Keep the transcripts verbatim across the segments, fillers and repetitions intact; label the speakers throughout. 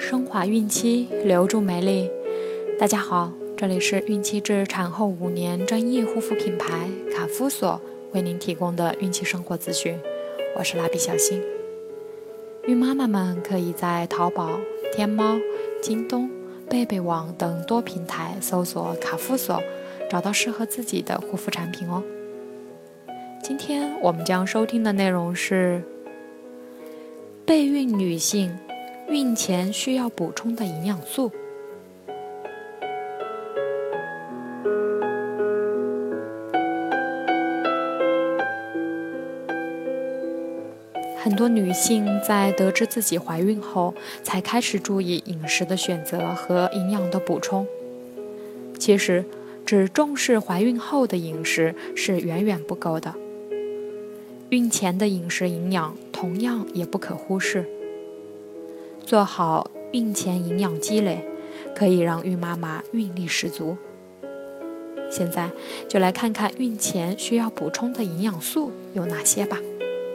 Speaker 1: 升华孕期，留住美丽。大家好，这里是孕期至产后五年专业护肤品牌卡夫索为您提供的孕期生活资讯，我是蜡笔小新。孕妈妈们可以在淘宝、天猫、京东、贝贝网等多平台搜索卡夫索，找到适合自己的护肤产品哦。今天我们将收听的内容是备孕女性孕前需要补充的营养素。很多女性在得知自己怀孕后，才开始注意饮食的选择和营养的补充。其实，只重视怀孕后的饮食是远远不够的。孕前的饮食营养同样也不可忽视。做好孕前营养积累，可以让孕妈妈孕力十足。现在就来看看孕前需要补充的营养素有哪些吧。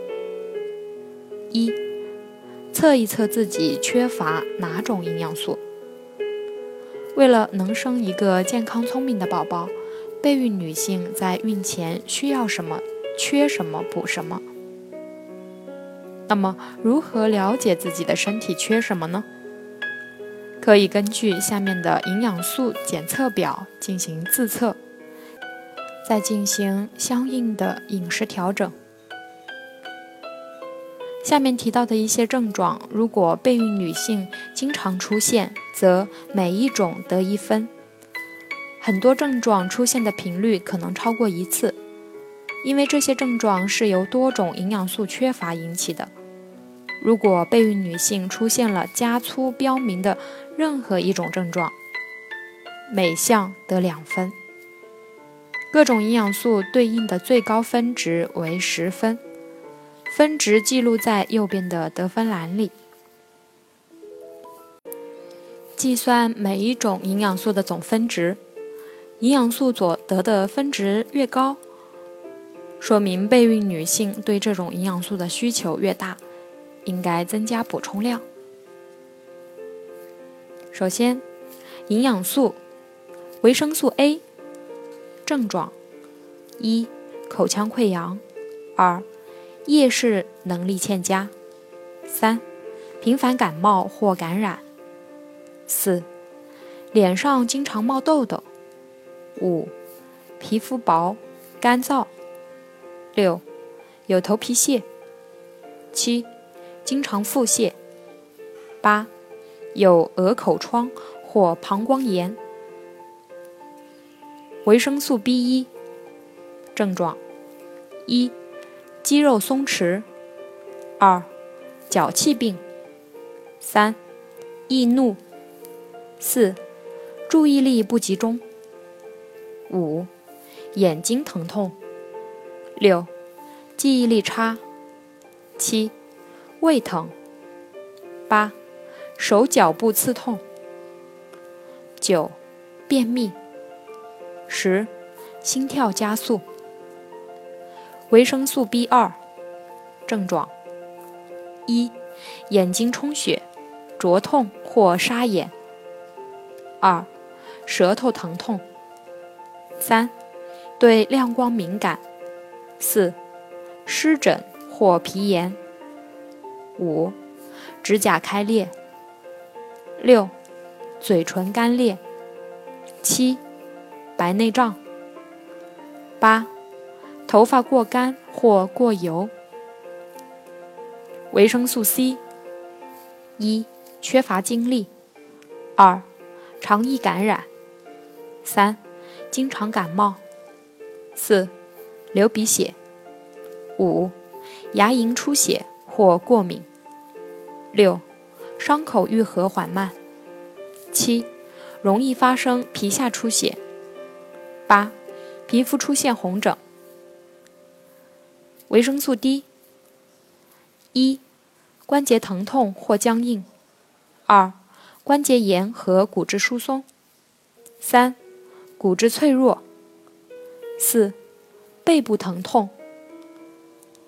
Speaker 1: 一、测一测自己缺乏哪种营养素。为了能生一个健康聪明的宝宝，备孕女性在孕前需要什么，缺什么补什么。那么如何了解自己的身体缺什么呢？可以根据下面的营养素检测表进行自测，再进行相应的饮食调整。下面提到的一些症状，如果备孕女性经常出现，则每一种得一分。很多症状出现的频率可能超过一次，因为这些症状是由多种营养素缺乏引起的。如果备孕女性出现了加粗标明的任何一种症状，每项得两分。各种营养素对应的最高分值为十分，分值记录在右边的得分栏里。计算每一种营养素的总分值，营养素所得的分值越高，说明备孕女性对这种营养素的需求越大，应该增加补充量。首先，营养素维生素 A。 症状：一、口腔溃疡；二、夜视能力欠佳；三、频繁感冒或感染；四、脸上经常冒痘痘；五、皮肤薄干燥；六、有头皮屑；七、经常腹泻；八、有鹅口疮或膀胱炎。维生素 B 一。 症状：一、肌肉松弛；二、脚气病；三、易怒；四、注意力不集中；五、眼睛疼痛；六、记忆力差；七、胃疼；八、手脚部刺痛；九、便秘；十、心跳加速。维生素 B 二。 症状：一、眼睛充血、灼痛或沙眼；二、舌头疼痛；三、对亮光敏感；四、湿疹或皮炎；五、指甲开裂；六、嘴唇干裂；七、白内障；八、头发过干或过油。维生素 C。 一、缺乏精力；二、肠易感染；三、经常感冒；四、流鼻血；五、牙龈出血或过敏；六、伤口愈合缓慢；七、容易发生皮下出血；八、皮肤出现红疹。维生素 D。 一、关节疼痛或僵硬；二、关节炎和骨质疏松；三、骨质脆弱；四、背部疼痛；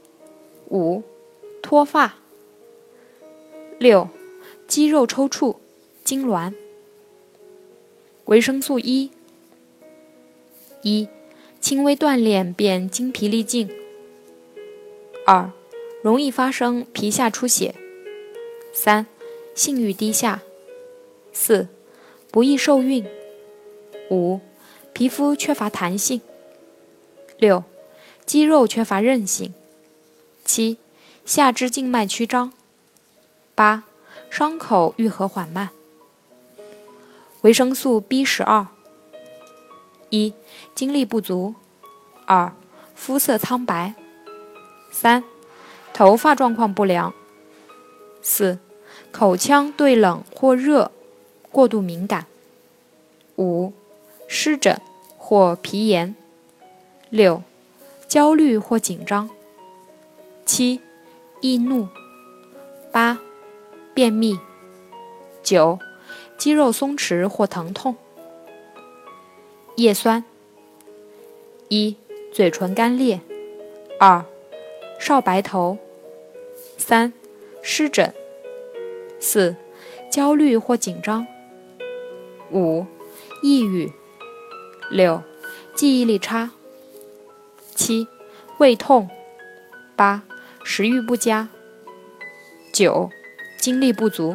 Speaker 1: 五、脱发；六、肌肉抽搐； 痉挛。维生素 E， 一、轻微锻炼便精疲力尽。二、容易发生皮下出血。三、性欲低下。四、不易受孕。五、皮肤缺乏弹性。六、肌肉缺乏韧性。七、下肢静脉曲张。八、伤口愈合缓慢。维生素 B 十二。一、精力不足。二、肤色苍白。三、头发状况不良。四、口腔对冷或热过度敏感。五、湿疹或皮炎。六、焦虑或紧张。七、易怒。八、便秘。九、肌肉松弛或疼痛。叶酸。一、嘴唇干裂。二、少白头。三、湿疹。四、焦虑或紧张。五、抑郁。六、记忆力差。七、胃痛。八、食欲不佳。九、精力不足。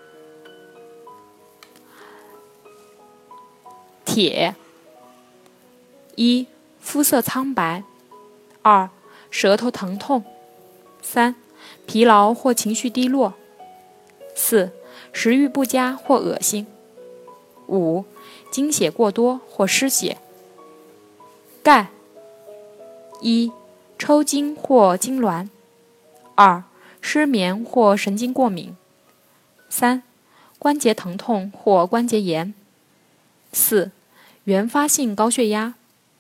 Speaker 1: 铁。一、肤色苍白。二、舌头疼痛。三、疲劳或情绪低落。四、食欲不佳或恶心。五、经血过多或失血。钙。一、抽筋或痉挛。二、失眠或神经过敏。三、关节疼痛或关节炎。四、原发性高血压。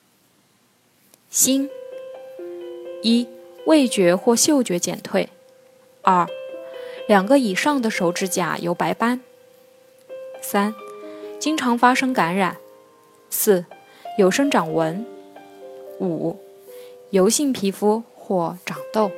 Speaker 1: 锌。一、味觉或嗅觉减退。二、两个以上的手指甲有白斑。三、经常发生感染。四、有生长纹。五、油性皮肤或长痘。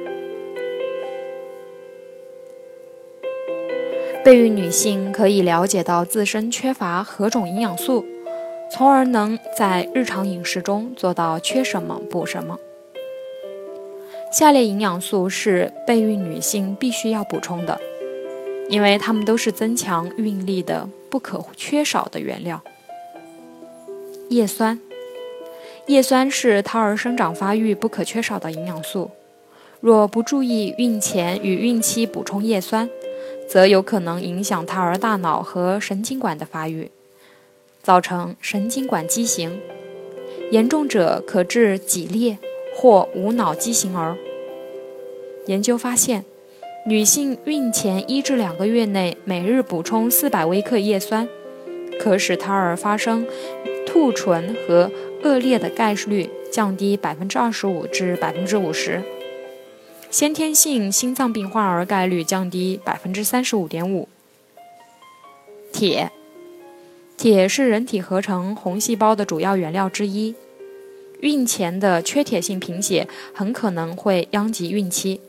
Speaker 1: 备孕女性可以了解到自身缺乏何种营养素，从而能在日常饮食中做到缺什么补什么。下列营养素是备孕女性必须要补充的，因为它们都是增强孕力的不可缺少的原料。叶酸。叶酸是胎儿生长发育不可缺少的营养素，若不注意孕前与孕期补充叶酸，则有可能影响胎儿大脑和神经管的发育，造成神经管畸形，严重者可致脊裂或无脑畸形儿。研究发现，女性孕前一至两个月内每日补充四百微克叶酸，可使胎儿发生兔唇和恶劣的概率降低百分之二十五至百分之五十，先天性心脏病患儿概率降低百分之三十五点五。铁。铁是人体合成红细胞的主要原料之一，孕前的缺铁性贫血很可能会殃及孕期，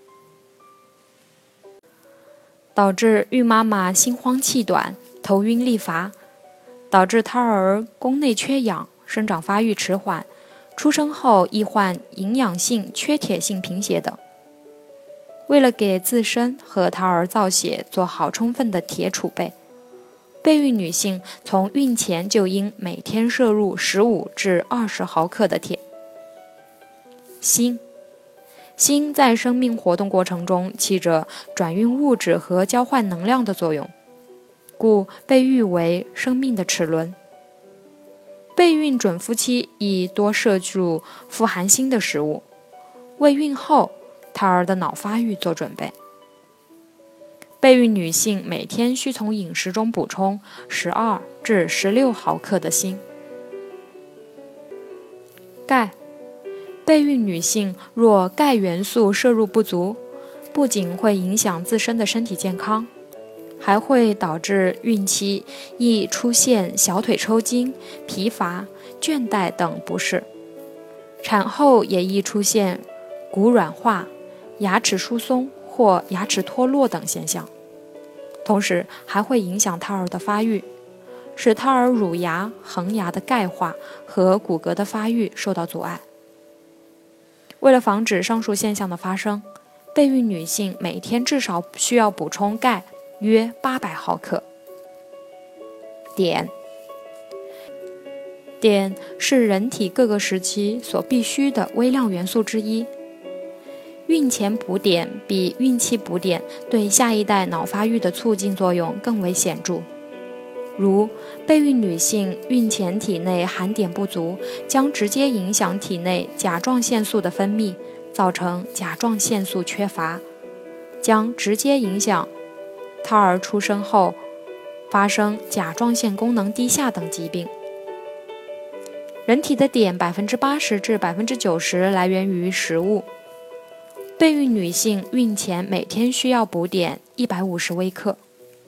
Speaker 1: 导致孕妈妈心慌气短、头晕力乏，导致胎儿宫内缺氧、生长发育迟缓，出生后易患营养性缺铁性贫血等。为了给自身和胎儿造血做好充分的铁储备，备孕女性从孕前就应每天摄入十五至二十毫克的铁。锌。锌在生命活动过程中起着转运物质和交换能量的作用，故被誉为生命的齿轮。备孕准夫妻宜多摄入富含锌的食物，为孕后胎儿的脑发育做准备。备孕女性每天需从饮食中补充十二至十六毫克的锌。钙。备孕女性若钙元素摄入不足，不仅会影响自身的身体健康，还会导致孕期易出现小腿抽筋、疲乏、倦怠等不适，产后也易出现骨软化、牙齿疏松或牙齿脱落等现象。 同时还会影响胎儿的发育，使胎儿乳牙、恒牙的钙化和骨骼的发育受到阻碍。为了防止上述现象的发生，备孕女性每天至少需要补充钙约八百毫克。碘，碘是人体各个时期所必需的微量元素之一。孕前补碘比孕期补碘对下一代脑发育的促进作用更为显著。如备孕女性孕前体内含碘不足，将直接影响体内甲状腺素的分泌，造成甲状腺素缺乏，将直接影响胎儿出生后发生甲状腺功能低下等疾病。人体的碘 百分之八十 至 百分之九十 来源于食物。备孕女性孕前每天需要补碘一百五十微克。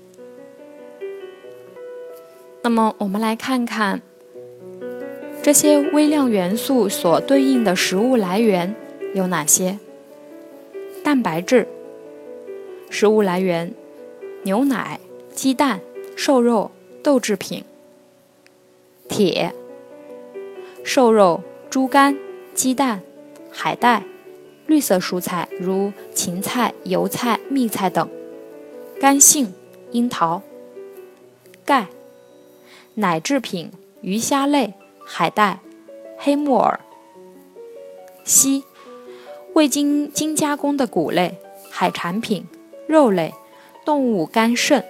Speaker 1: 那么我们来看看这些微量元素所对应的食物来源有哪些。蛋白质，食物来源牛奶、鸡蛋、瘦肉、豆制品。铁，瘦肉、猪肝、鸡蛋、海带、绿色蔬菜如芹菜、油菜、蜜菜等。干性，樱桃。钙，奶制品、鱼虾类、海带、黑木耳。硒，未经精加工的谷类、海产品、肉类、动物肝肾。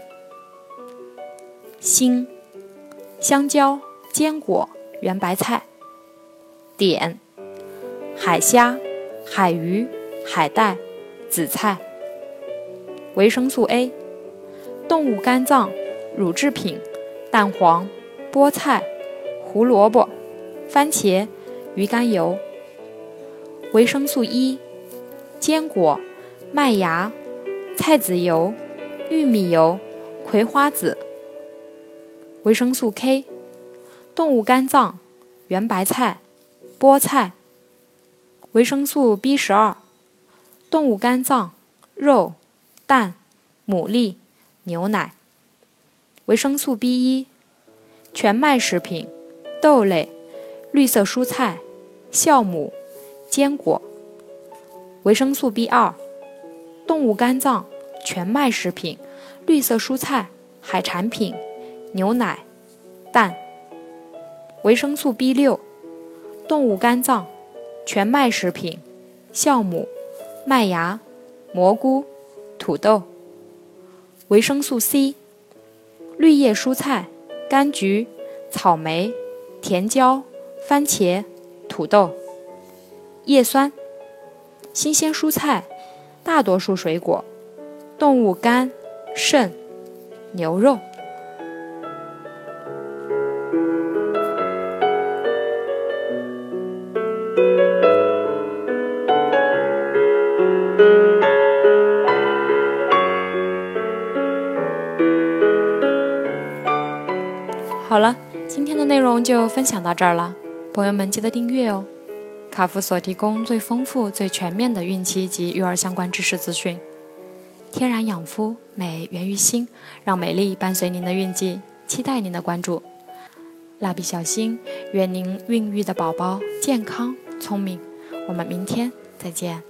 Speaker 1: 锌，香蕉、坚果、圆白菜。碘，海虾、海鱼、海带、紫菜。维生素 A， 动物肝脏、乳制品、蛋黄、菠菜、胡萝卜、番茄、鱼肝油。维生素 E， 坚果、麦芽、菜籽油、玉米油、葵花籽。维生素 K， 动物肝脏、圆白菜、菠菜。维生素 B 十二， 动物肝脏、肉、蛋、牡蛎、牛奶。维生素 B 一， 全麦食品、豆类、绿色蔬菜、酵母、坚果。维生素 B 二， 动物肝脏、全麦食品、绿色蔬菜、海产品、牛奶、蛋。维生素 B 六， 动物肝脏、全麦食品、酵母、麦芽、蘑菇、土豆。维生素 C， 绿叶蔬菜、柑橘、草莓、甜椒、番茄、土豆。叶酸，新鲜蔬菜、大多数水果、动物肝、肾、牛肉。好了，今天的内容就分享到这儿了，朋友们记得订阅哦。卡夫所提供最丰富、最全面的孕期及育儿相关知识资讯。天然养肤，美源于心，让美丽伴随您的孕期，期待您的关注。蜡笔小新，愿您孕育的宝宝健康聪明。我们明天再见。